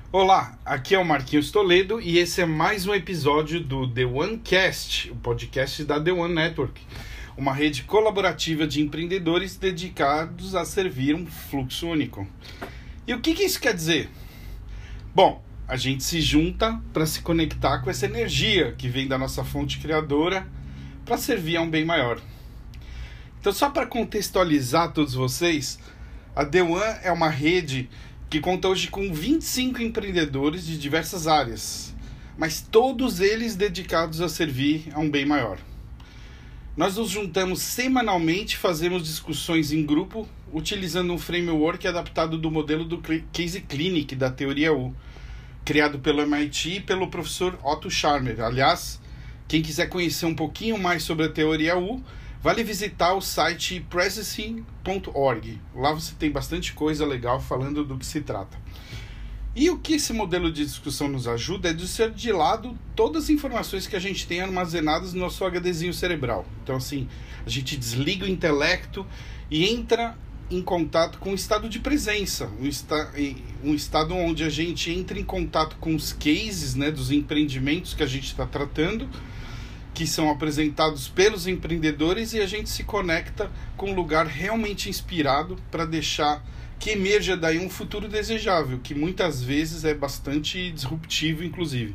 Olá, aqui é o Marquinhos Toledo e esse é mais um episódio do The One Cast, o podcast da The One Network, uma rede colaborativa de empreendedores dedicados a servir um fluxo único. E o que isso quer dizer? Bom, a gente se junta para se conectar com essa energia que vem da nossa fonte criadora para servir a um bem maior. Então, só para contextualizar todos vocês, a The One é uma rede que conta hoje com 25 empreendedores de diversas áreas, mas todos eles dedicados a servir a um bem maior. Nós nos juntamos semanalmente e fazemos discussões em grupo, utilizando um framework adaptado do modelo do Case Clinic da Teoria U, criado pelo MIT e pelo professor Otto Scharmer. Aliás, quem quiser conhecer um pouquinho mais sobre a Teoria U, vale visitar o site presence.org. Lá você tem bastante coisa legal falando do que se trata. E o que esse modelo de discussão nos ajuda é deixar de lado todas as informações que a gente tem armazenadas no nosso HDzinho cerebral. Então, assim, a gente desliga o intelecto e entra em contato com o estado de presença, um estado onde a gente entra em contato com os cases, né, dos empreendimentos que a gente está tratando, que são apresentados pelos empreendedores, e a gente se conecta com um lugar realmente inspirado para deixar que emerja daí um futuro desejável, que muitas vezes é bastante disruptivo, inclusive.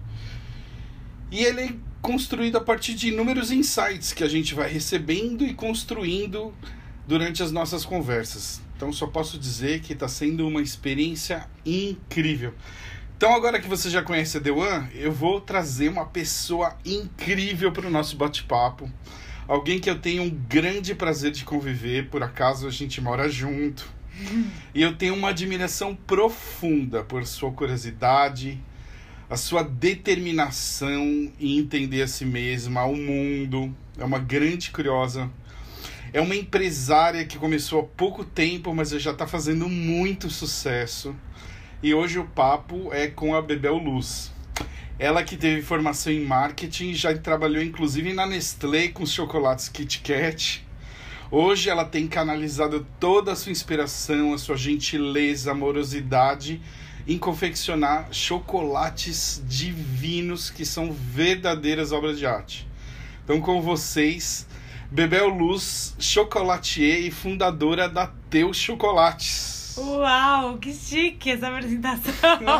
E ele é construído a partir de inúmeros insights que a gente vai recebendo e construindo durante as nossas conversas. Então só posso dizer que está sendo uma experiência incrível. Então, agora que você já conhece a The One, eu vou trazer uma pessoa incrível para o nosso bate-papo. Alguém que eu tenho um grande prazer de conviver, por acaso a gente mora junto. E eu tenho uma admiração profunda por sua curiosidade, a sua determinação em entender a si mesma, o mundo. É uma grande curiosa. É uma empresária que começou há pouco tempo, mas já está fazendo muito sucesso. E hoje o papo é com a Bebel Luz. Ela que teve formação em marketing, já trabalhou inclusive na Nestlé com os chocolates Kit Kat. Hoje ela tem canalizado toda a sua inspiração, a sua gentileza, amorosidade em confeccionar chocolates divinos que são verdadeiras obras de arte. Então, com vocês, Bebel Luz, chocolatier e fundadora da Teu Chocolates. Uau, que chique essa apresentação.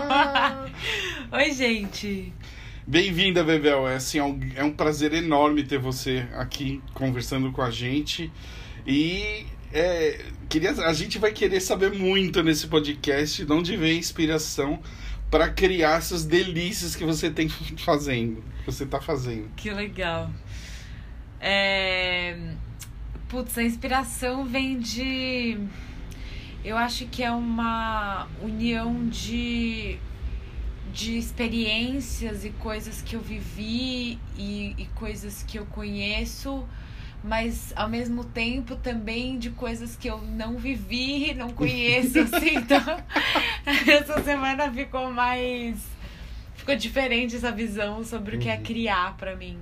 Oi, gente. Bem-vinda, Bebel. É um prazer enorme ter você aqui conversando com a gente. E a gente vai querer saber muito nesse podcast de onde vem a inspiração para criar essas delícias que você está fazendo. Que legal. A inspiração vem de... Eu acho que é uma união de experiências e coisas que eu vivi e coisas que eu conheço, mas ao mesmo tempo também de coisas que eu não vivi e não conheço, assim. Então, essa semana ficou diferente essa visão sobre o que é criar pra mim.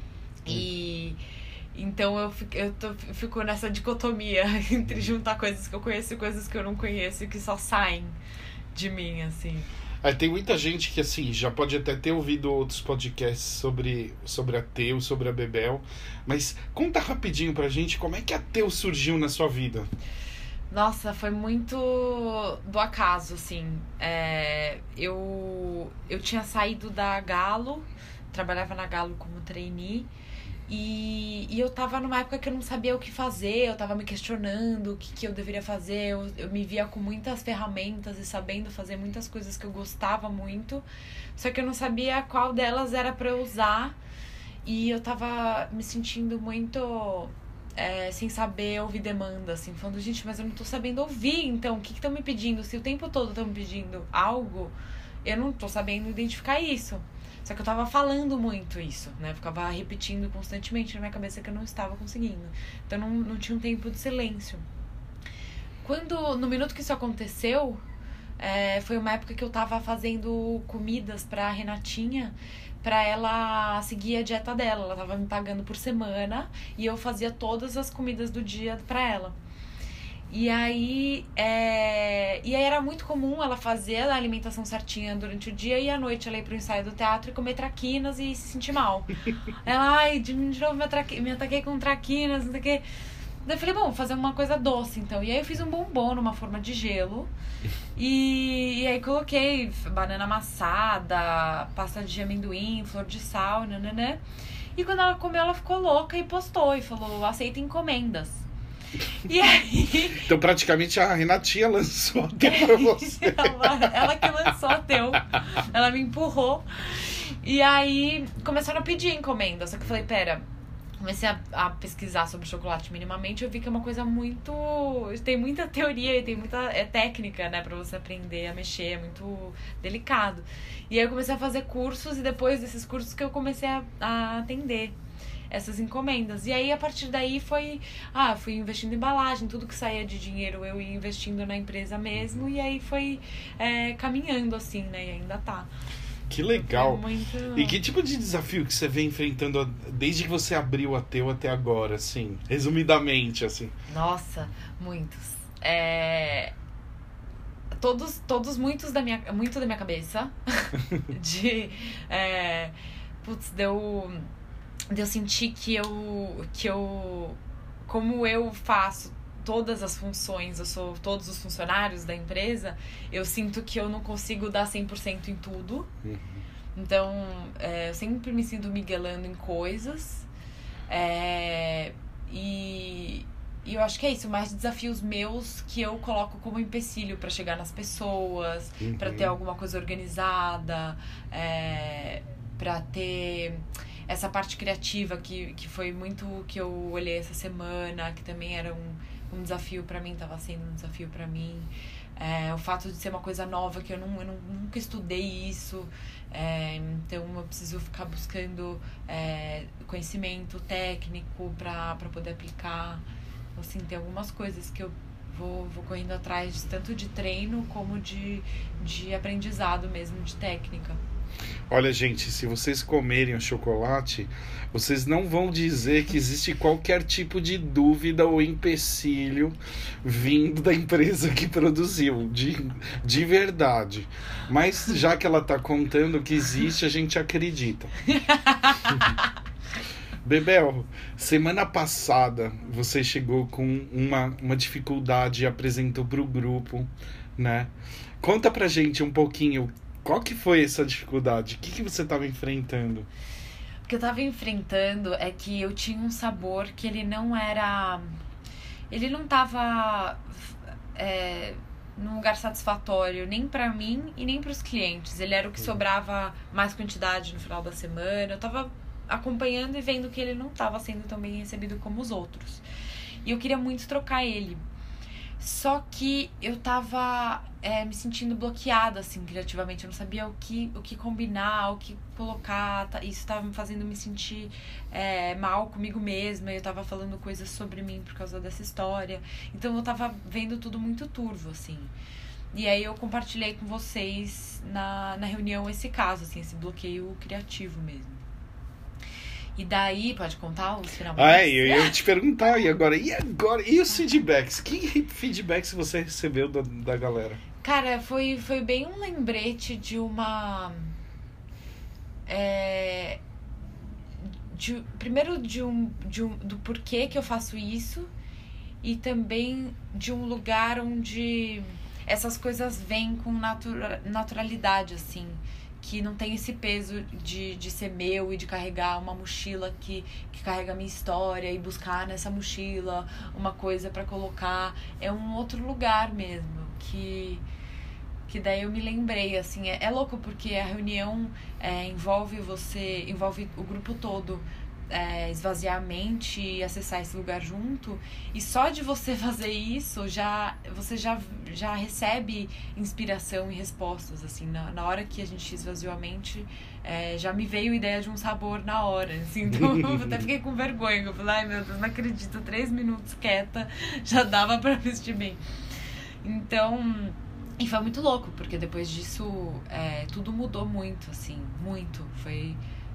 Então eu fico nessa dicotomia entre juntar coisas que eu conheço e coisas que eu não conheço e que só saem de mim, assim. Tem muita gente que, assim, já pode até ter ouvido outros podcasts sobre a Teu, sobre a Bebel, mas conta rapidinho pra gente como é que a Teu surgiu na sua vida. Nossa, foi muito do acaso, assim. Eu tinha saído da Galo, trabalhava na Galo como trainee, e eu tava numa época que eu não sabia o que fazer, eu tava me questionando o que eu deveria fazer, eu me via com muitas ferramentas e sabendo fazer muitas coisas que eu gostava muito, só que eu não sabia qual delas era pra eu usar, e eu tava me sentindo muito sem saber ouvir demanda, assim, falando, gente, mas eu não tô sabendo ouvir, então, o que estão me pedindo? Se o tempo todo estão me pedindo algo, eu não tô sabendo identificar isso. Só que eu tava falando muito isso, né? Eu ficava repetindo constantemente na minha cabeça que eu não estava conseguindo. Então não tinha um tempo de silêncio. No minuto que isso aconteceu, foi uma época que eu tava fazendo comidas pra Renatinha, pra ela seguir a dieta dela. Ela tava me pagando por semana e eu fazia todas as comidas do dia pra ela. E aí era muito comum ela fazer a alimentação certinha durante o dia e à noite ela ir pro ensaio do teatro e comer traquinas e se sentir mal. Ela, ai, de novo me ataquei com traquinas, não sei o que. Daí eu falei, bom, vou fazer uma coisa doce, então. E aí eu fiz um bombom numa forma de gelo. E aí coloquei banana amassada, pasta de amendoim, flor de sal, nananã. E quando ela comeu, ela ficou louca e postou. E falou, aceita encomendas. E aí... Então praticamente a Renatinha lançou a Teu pra você. ela que lançou a Teu. Ela me empurrou. E aí começaram a pedir encomenda. Só que eu falei, pera... Comecei a pesquisar sobre chocolate minimamente, eu vi que é uma coisa muito... Tem muita teoria e tem muita técnica, né? Pra você aprender a mexer, é muito delicado. E aí eu comecei a fazer cursos e depois desses cursos que eu comecei a atender essas encomendas. E aí, a partir daí, fui investindo em embalagem, tudo que saía de dinheiro eu ia investindo na empresa mesmo. E aí foi caminhando assim, né? E ainda tá. Que legal. Muito... E que tipo de desafio que você vem enfrentando desde que você abriu a Teu até agora, assim? Resumidamente, assim. Nossa, muitos. Muitos muito da minha cabeça. Deu sentir que eu... Como eu faço todas as funções, eu sou todos os funcionários da empresa, eu sinto que eu não consigo dar 100% em tudo. Uhum. Então, eu sempre me sinto miguelando em coisas. E eu acho que é isso, mais desafios meus que eu coloco como empecilho para chegar nas pessoas, para ter alguma coisa organizada, para ter essa parte criativa que foi muito que eu olhei essa semana, que também era um desafio pra mim, tava sendo um desafio pra mim. O fato de ser uma coisa nova, que eu nunca estudei isso. Então eu preciso ficar buscando conhecimento técnico pra poder aplicar. Assim, tem algumas coisas que eu vou correndo atrás, tanto de treino como de aprendizado mesmo, de técnica. Olha, gente, se vocês comerem o chocolate, vocês não vão dizer que existe qualquer tipo de dúvida ou empecilho vindo da empresa que produziu, de verdade. Mas já que ela tá contando que existe, a gente acredita. Bebel, semana passada você chegou com uma dificuldade e apresentou pro grupo, né? Conta pra gente um pouquinho. Qual que foi essa dificuldade? O que você estava enfrentando? O que eu estava enfrentando é que eu tinha um sabor que ele não era... Ele não estava num lugar satisfatório nem para mim e nem para os clientes. Ele era o que sobrava mais quantidade no final da semana. Eu estava acompanhando e vendo que ele não estava sendo tão bem recebido como os outros. E eu queria muito trocar ele. Só que eu tava me sentindo bloqueada, assim, criativamente. Eu não sabia o que combinar, o que colocar. Isso tava me fazendo me sentir mal comigo mesma. Eu tava falando coisas sobre mim por causa dessa história. Então eu tava vendo tudo muito turvo, assim. E aí eu compartilhei com vocês na reunião esse caso, assim, esse bloqueio criativo mesmo. E daí, pode contar os finalmente? Eu ia te perguntar, e agora? E os feedbacks? Que feedbacks você recebeu da galera? Cara, foi bem um lembrete de uma... primeiro do porquê que eu faço isso, e também de um lugar onde essas coisas vêm com naturalidade, assim. Que não tem esse peso de ser meu e de carregar uma mochila que carrega a minha história e buscar nessa mochila uma coisa pra colocar. É um outro lugar mesmo, que daí eu me lembrei, assim, é louco porque a reunião envolve o grupo todo, esvaziar a mente e acessar esse lugar junto, e só de você fazer isso você já recebe inspiração e respostas, assim, na hora que a gente esvaziou a mente, já me veio a ideia de um sabor na hora, assim, então eu até fiquei com vergonha, eu falei, ai meu Deus, não acredito, 3 minutos quieta já dava pra vestir bem. Então, e foi muito louco, porque depois disso tudo mudou muito, assim, muito, foi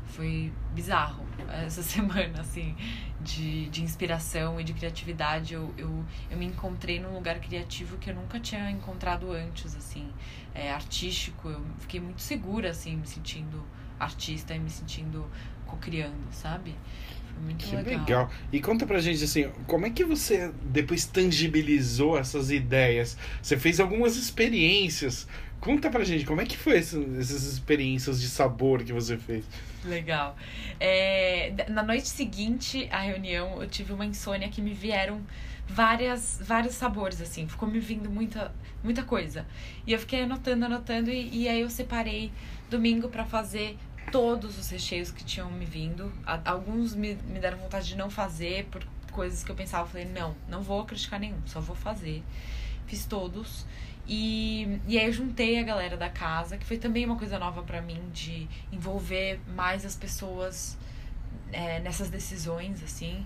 Foi bizarro essa semana, assim, de inspiração e de criatividade. Eu me encontrei num lugar criativo que eu nunca tinha encontrado antes, assim, artístico. Eu fiquei muito segura, assim, me sentindo artista e me sentindo co-criando, sabe? Foi muito Que legal. legal. E conta pra gente, assim, como é que você depois tangibilizou essas ideias? Você fez algumas experiências. Conta pra gente, como é que foi essas experiências de sabor que você fez? Legal. Na noite seguinte à reunião, eu tive uma insônia que me vieram vários sabores, assim. Ficou me vindo muita coisa. E eu fiquei anotando, e aí eu separei domingo pra fazer todos os recheios que tinham me vindo. Alguns me deram vontade de não fazer, por coisas que eu pensava. Eu falei, não vou criticar nenhum, só vou fazer. Fiz todos. E aí eu juntei a galera da casa, que foi também uma coisa nova pra mim, de envolver mais as pessoas nessas decisões, assim,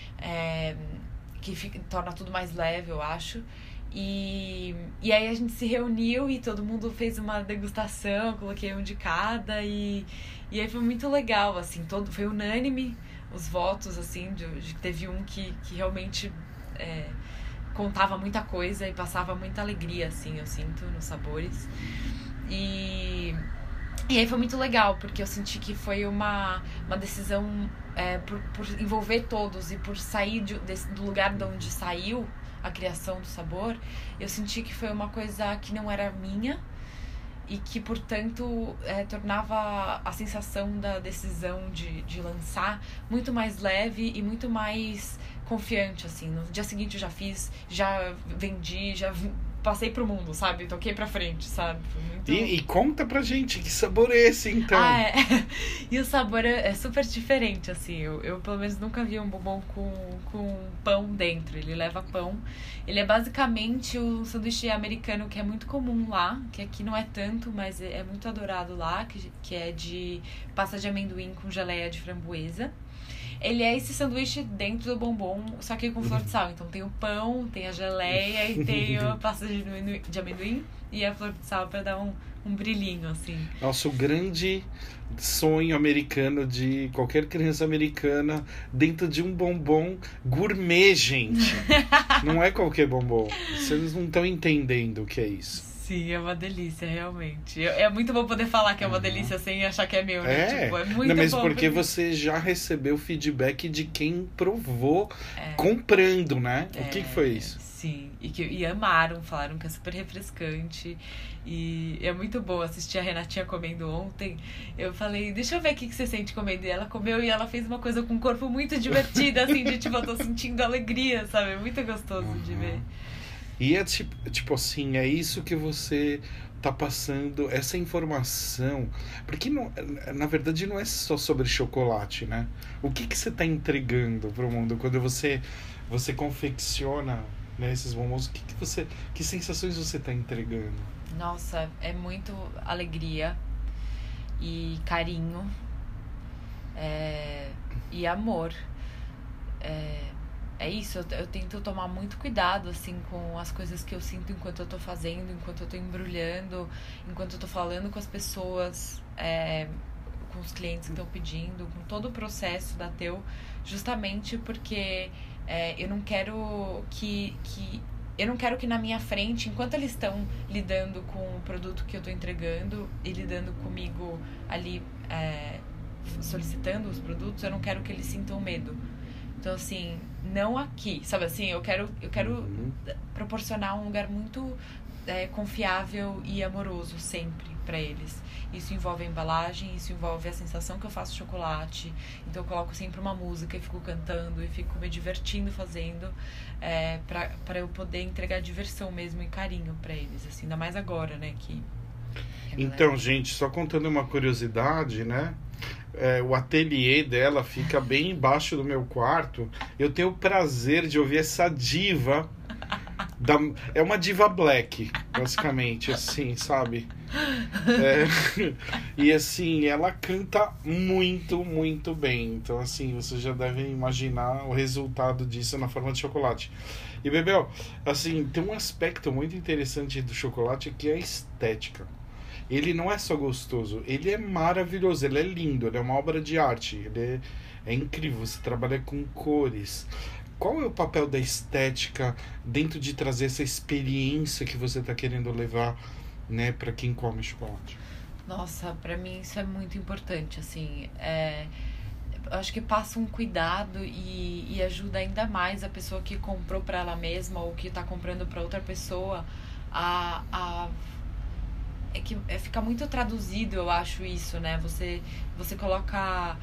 que torna tudo mais leve, eu acho. E aí a gente se reuniu e todo mundo fez uma degustação, coloquei um de cada, e aí foi muito legal, assim, foi unânime os votos, assim, de teve um que realmente contava muita coisa e passava muita alegria, assim, eu sinto, nos sabores. E aí foi muito legal, porque eu senti que foi uma decisão por envolver todos e por sair do lugar de onde saiu a criação do sabor. Eu senti que foi uma coisa que não era minha e que, portanto, tornava a sensação da decisão de lançar muito mais leve e muito mais confiante, assim. No dia seguinte eu já fiz, já vendi, já passei pro mundo, sabe? Toquei pra frente, sabe? Foi muito... E conta pra gente, que sabor é esse, então? E o sabor é super diferente, assim. Eu pelo menos nunca vi um bombom com pão dentro. Ele leva pão. Ele é basicamente o sanduíche americano, que é muito comum lá, que aqui não é tanto, mas é muito adorado lá, que é de pasta de amendoim com geleia de framboesa. Ele é esse sanduíche dentro do bombom, só que com flor de sal. Então tem o pão, tem a geleia e tem a pasta de amendoim e a flor de sal pra dar um brilhinho, assim. Nossa, o grande sonho americano de qualquer criança americana dentro de um bombom gourmet, gente. Não é qualquer bombom. Vocês não estão entendendo o que é isso. Sim, é uma delícia, realmente. É muito bom poder falar que é uma delícia sem achar que é meu, né? Tipo, é muito não, mas bom. Porque você já recebeu feedback de quem provou comprando, né? O que foi isso? Sim, e amaram, falaram que é super refrescante. E é muito bom assistir a Renatinha comendo ontem. Eu falei, deixa eu ver o que você sente comendo. E ela comeu e ela fez uma coisa com o corpo muito divertida, assim, de tipo, eu tô sentindo alegria, sabe? É muito gostoso de ver. E é tipo assim, é isso que você tá passando, essa informação. Porque na verdade não é só sobre chocolate, né? O que você tá entregando pro mundo quando você confecciona, né, esses bombons? Que sensações você tá entregando? Nossa, é muito alegria e carinho e amor. É isso, eu tento tomar muito cuidado, assim, com as coisas que eu sinto enquanto eu tô fazendo, enquanto eu tô embrulhando, enquanto eu tô falando com as pessoas, com os clientes que estão pedindo, com todo o processo da Teu, justamente porque eu não quero que na minha frente, enquanto eles estão lidando com o produto que eu tô entregando e lidando comigo ali, solicitando os produtos, eu não quero que eles sintam medo. Então, assim, não aqui, sabe assim? Eu quero proporcionar um lugar muito confiável e amoroso sempre pra eles. Isso envolve a embalagem, isso envolve a sensação que eu faço chocolate. Então eu coloco sempre uma música e fico cantando e fico me divertindo fazendo, pra eu poder entregar diversão mesmo e carinho pra eles, assim, ainda mais agora, né? Então, gente, só contando uma curiosidade, né? O ateliê dela fica bem embaixo do meu quarto. Eu tenho o prazer de ouvir essa diva. É uma diva black, basicamente, assim, sabe? E assim, ela canta muito, muito bem. Então, assim, vocês já devem imaginar o resultado disso na forma de chocolate. E, Bebel, assim, tem um aspecto muito interessante do chocolate que é a estética. ele não é só gostoso, ele é maravilhoso, ele é lindo, ele é uma obra de arte, é incrível, você trabalha com cores. Qual é o papel da estética dentro de trazer essa experiência que você está querendo levar, né, para quem come chocolate? Nossa, pra mim isso é muito importante, assim, eu acho que passa um cuidado e ajuda ainda mais a pessoa que comprou pra ela mesma ou que tá comprando pra outra pessoa fica muito traduzido, eu acho isso, né? Você coloca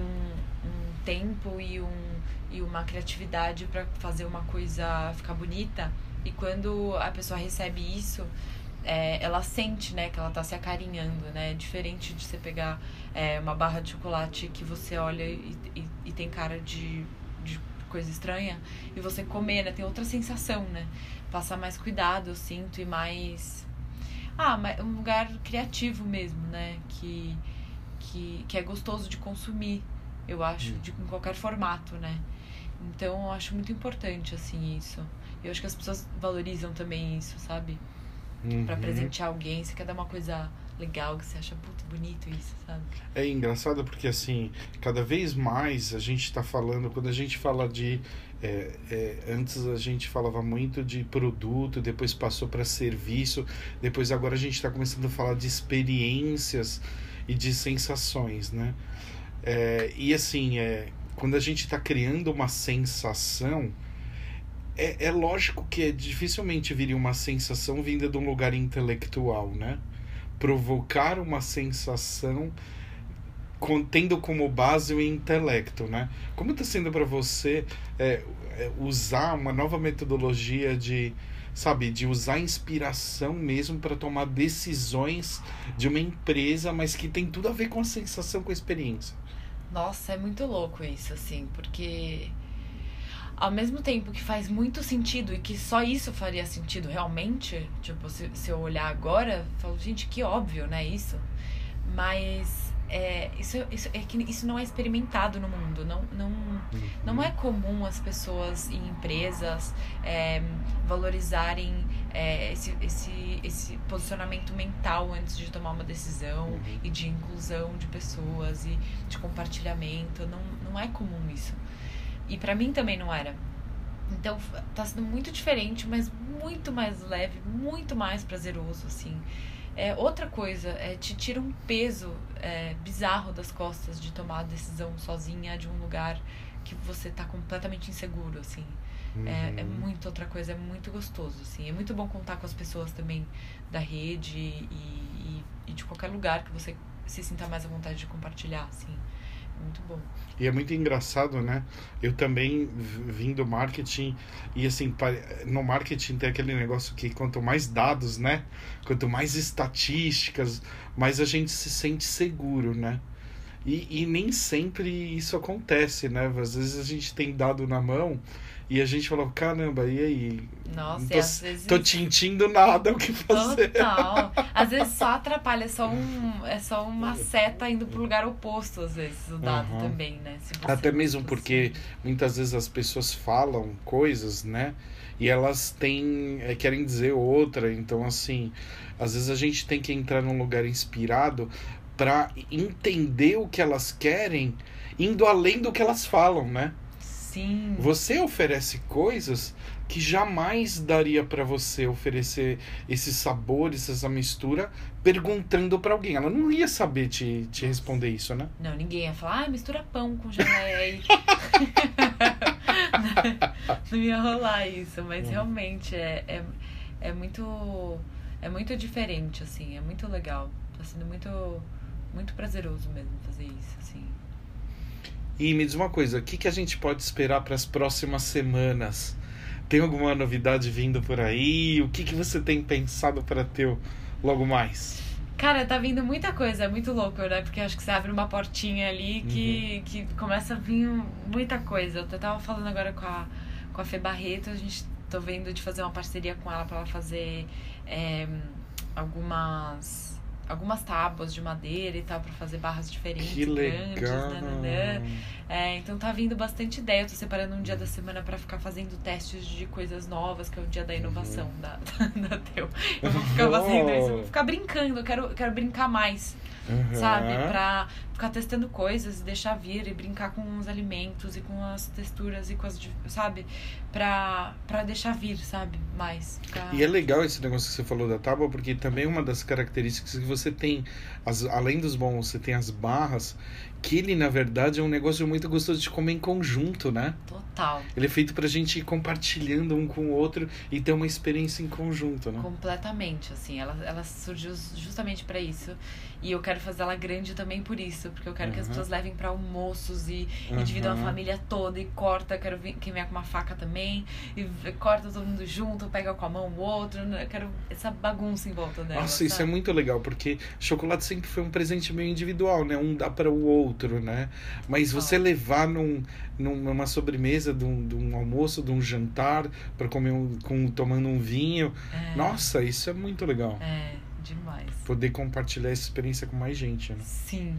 um tempo e uma criatividade pra fazer uma coisa ficar bonita, e quando a pessoa recebe isso, ela sente, né, que ela tá se acarinhando, né? Diferente de você pegar uma barra de chocolate que você olha e tem cara de coisa estranha, e você comer, né? Tem outra sensação, né? Passa mais cuidado, eu sinto, e mais... um lugar criativo mesmo, né? Que é gostoso de consumir, eu acho, em qualquer formato, né? Então, eu acho muito importante, assim, isso. Eu acho que as pessoas valorizam também isso, sabe? Pra presentear alguém, você quer dar uma coisa legal, que você acha muito bonito isso, sabe? É engraçado porque, assim, cada vez mais a gente tá falando, quando a gente fala de... antes a gente falava muito de produto, depois passou para serviço, depois agora a gente está começando a falar de experiências e de sensações, né? E assim, quando a gente está criando uma sensação, é lógico que dificilmente viria uma sensação vinda de um lugar intelectual, né? Provocar uma sensação tendo como base o intelecto, né? Como está sendo para você usar uma nova metodologia de usar inspiração mesmo para tomar decisões de uma empresa, mas que tem tudo a ver com a sensação, com a experiência? Nossa, é muito louco isso, assim, porque ao mesmo tempo que faz muito sentido e que só isso faria sentido realmente, tipo, se eu olhar agora, eu falo, gente, que óbvio, né, isso? Mas isso não é experimentado no mundo, não é comum as pessoas em empresas valorizarem esse posicionamento mental antes de tomar uma decisão, e de inclusão de pessoas e de compartilhamento, não é comum isso. E pra mim também não era. Então tá sendo muito diferente, mas muito mais leve, muito mais prazeroso, assim. Outra coisa, te tira um peso bizarro das costas de tomar a decisão sozinha de um lugar que você tá completamente inseguro, assim. É muito outra coisa, é muito gostoso, assim. É muito bom contar com as pessoas também da rede e de qualquer lugar que você se sinta mais à vontade de compartilhar, assim. Muito bom. E é muito engraçado, né? Eu também vim do marketing, e assim, no marketing tem aquele negócio que quanto mais dados, né? Quanto mais estatísticas, mais a gente se sente seguro, né? E nem sempre isso acontece, né? Às vezes a gente tem dado na mão e a gente fala, caramba, e aí? Nossa, às vezes... Tô tintindo nada o que fazer. Total. Às vezes só atrapalha, é só uma seta indo pro lugar oposto, às vezes, o dado também, né? Até mesmo porque muitas vezes as pessoas falam coisas, né? E elas querem dizer outra. Então, assim, às vezes a gente tem que entrar num lugar inspirado para entender o que elas querem, indo além do que elas falam, né? Sim. Você oferece coisas que jamais daria para você oferecer esses sabores, essa mistura, perguntando para alguém. Ela não ia saber te responder isso, né? Não, ninguém ia falar, mistura pão com geleia. Não ia rolar isso, mas realmente é muito diferente, assim, é muito legal. Tá sendo muito prazeroso mesmo fazer isso, assim. E me diz uma coisa, o que a gente pode esperar para as próximas semanas? Tem alguma novidade vindo por aí? O que você tem pensado para ter logo mais? Cara, tá vindo muita coisa, é muito louco, né? Porque acho que você abre uma portinha ali que começa a vir muita coisa. Eu tava falando agora com a Fê Barreto, tô vendo de fazer uma parceria com ela pra ela fazer algumas algumas tábuas de madeira e tal, pra fazer barras diferentes, Que grandes, legal! nananã. Então tá vindo bastante ideia. Eu tô separando um dia da semana pra ficar fazendo testes de coisas novas, que é o dia da inovação da Teu. Eu vou ficar fazendo isso, eu vou ficar brincando, eu quero brincar mais. Sabe? Pra ficar testando coisas e deixar vir e brincar com os alimentos e com as texturas e com as... Sabe? Pra deixar vir, sabe? Mais. E é legal esse negócio que você falou da tábua, porque também uma das características que você tem, além dos bons, você tem as barras, que ele, na verdade, é um negócio muito gostoso de comer em conjunto, né? Total. Ele é feito pra gente ir compartilhando um com o outro e ter uma experiência em conjunto, né? Completamente, assim. Ela surgiu justamente pra isso. E eu quero fazer ela grande também por isso. Porque eu quero que as pessoas levem pra almoços e dividam a família toda e corta. Quero quem vier com uma faca também. E corta todo mundo junto, pega com a mão o outro. Eu quero essa bagunça em volta dela. Nossa, isso é muito legal, porque chocolate sempre foi um presente meio individual, né? Um dá para o outro, né? Mas você levar numa sobremesa de um almoço, de um jantar, para comer tomando um vinho. Nossa, isso é muito legal. Demais. Poder compartilhar essa experiência com mais gente, né? Sim.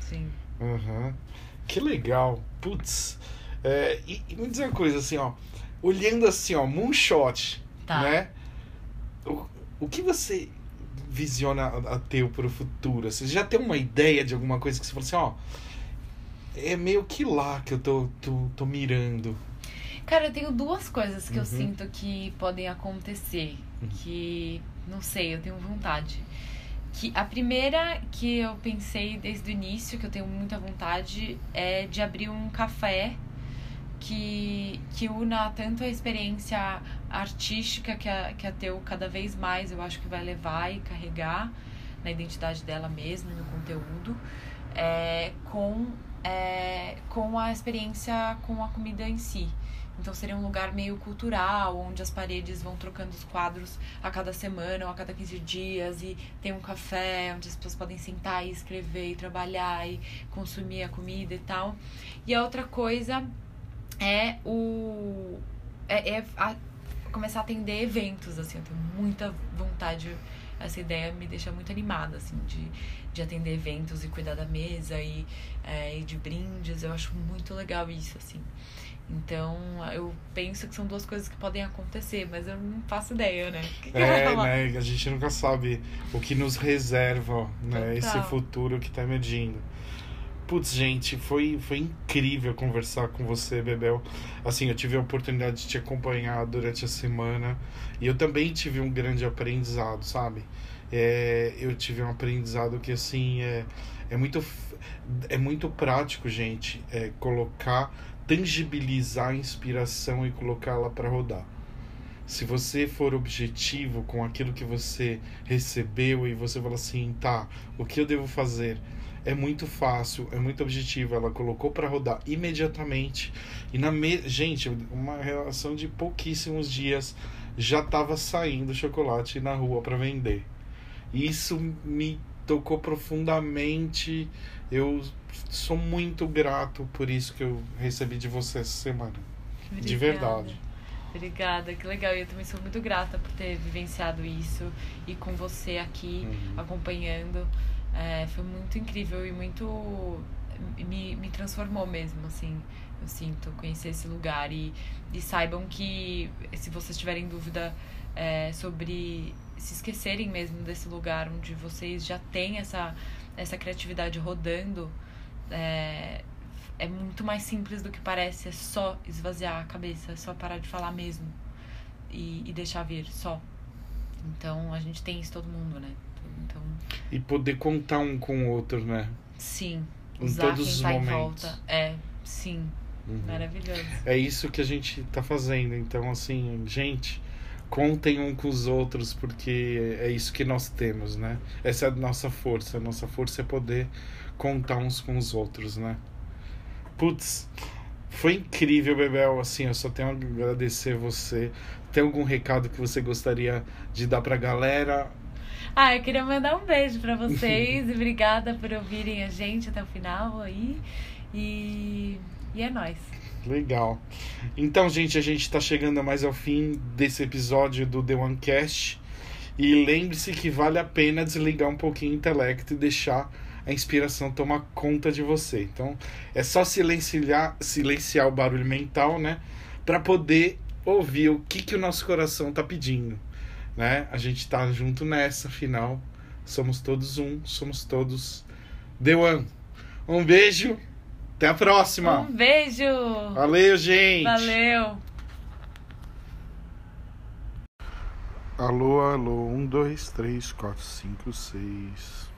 Que legal. Putz. E me diz uma coisa, assim, ó. Olhando assim, ó, Moonshot, né? O que você visiona a Teu para o futuro? Você já tem uma ideia de alguma coisa que você fala assim, ó... É meio que lá que eu tô mirando. Cara, eu tenho duas coisas que eu sinto que podem acontecer. Que, não sei, eu tenho vontade. Que a primeira que eu pensei desde o início, que eu tenho muita vontade, é de abrir um café que una tanto a experiência artística que a Teu cada vez mais eu acho que vai levar e carregar na identidade dela mesma, no conteúdo, com a experiência com a comida em si. Então seria um lugar meio cultural, onde as paredes vão trocando os quadros a cada semana ou a cada 15 dias, e tem um café onde as pessoas podem sentar e escrever e trabalhar e consumir a comida e tal. E a outra coisa é começar a atender eventos, assim. Eu tenho muita vontade, essa ideia me deixa muito animada, assim, de atender eventos e cuidar da mesa e de brindes. Eu acho muito legal isso, assim. Então, eu penso que são duas coisas que podem acontecer, mas eu não faço ideia, né? O que vai falar? Né? A gente nunca sabe o que nos reserva, né? Esse futuro que tá emergindo. Putz, gente, foi incrível conversar com você, Bebel. Assim, eu tive a oportunidade de te acompanhar durante a semana e eu também tive um grande aprendizado, sabe? Eu tive um aprendizado que, assim, é muito prático, gente, tangibilizar a inspiração e colocá-la para rodar. Se você for objetivo com aquilo que você recebeu e você fala assim, tá, o que eu devo fazer? É muito fácil, é muito objetivo. Ela colocou para rodar imediatamente. E gente, uma relação de pouquíssimos dias já estava saindo chocolate na rua para vender. Isso me tocou profundamente. Eu sou muito grato por isso que eu recebi de você essa semana. Obrigada. De verdade. Obrigada, que legal. E eu também sou muito grata por ter vivenciado isso e com você aqui acompanhando. Foi muito incrível e muito... Me transformou mesmo, assim. Eu sinto, conhecer esse lugar. E saibam que, se vocês tiverem dúvida sobre... Se esquecerem mesmo desse lugar onde vocês já têm essa criatividade rodando, é muito mais simples do que parece. É só esvaziar a cabeça, é só parar de falar mesmo e deixar vir, só. Então, a gente tem isso todo mundo, né? Então... E poder contar um com o outro, né? Sim. Em Usar todos quem os tá momentos. em volta. Sim. Maravilhoso. É isso que a gente tá fazendo. Então, assim, gente, contem um com os outros, porque é isso que nós temos, né? Essa é a nossa força. A nossa força é poder contar uns com os outros, né? Putz, foi incrível, Bebel. Assim, eu só tenho a agradecer você. Tem algum recado que você gostaria de dar pra galera? Eu queria mandar um beijo pra vocês e obrigada por ouvirem a gente até o final aí. E é nóis. Legal. Então, gente, a gente tá chegando mais ao fim desse episódio do The One Cast. E lembre-se que vale a pena desligar um pouquinho o intelecto e deixar a inspiração tomar conta de você. Então, é só silenciar o barulho mental, né? Para poder ouvir o que o nosso coração tá pedindo, né? A gente tá junto nessa, afinal, somos todos um, somos todos The One. Um beijo, até a próxima. Um beijo. Valeu, gente. Valeu. Alô, alô, 1, 2, 3, 4, 5, 6.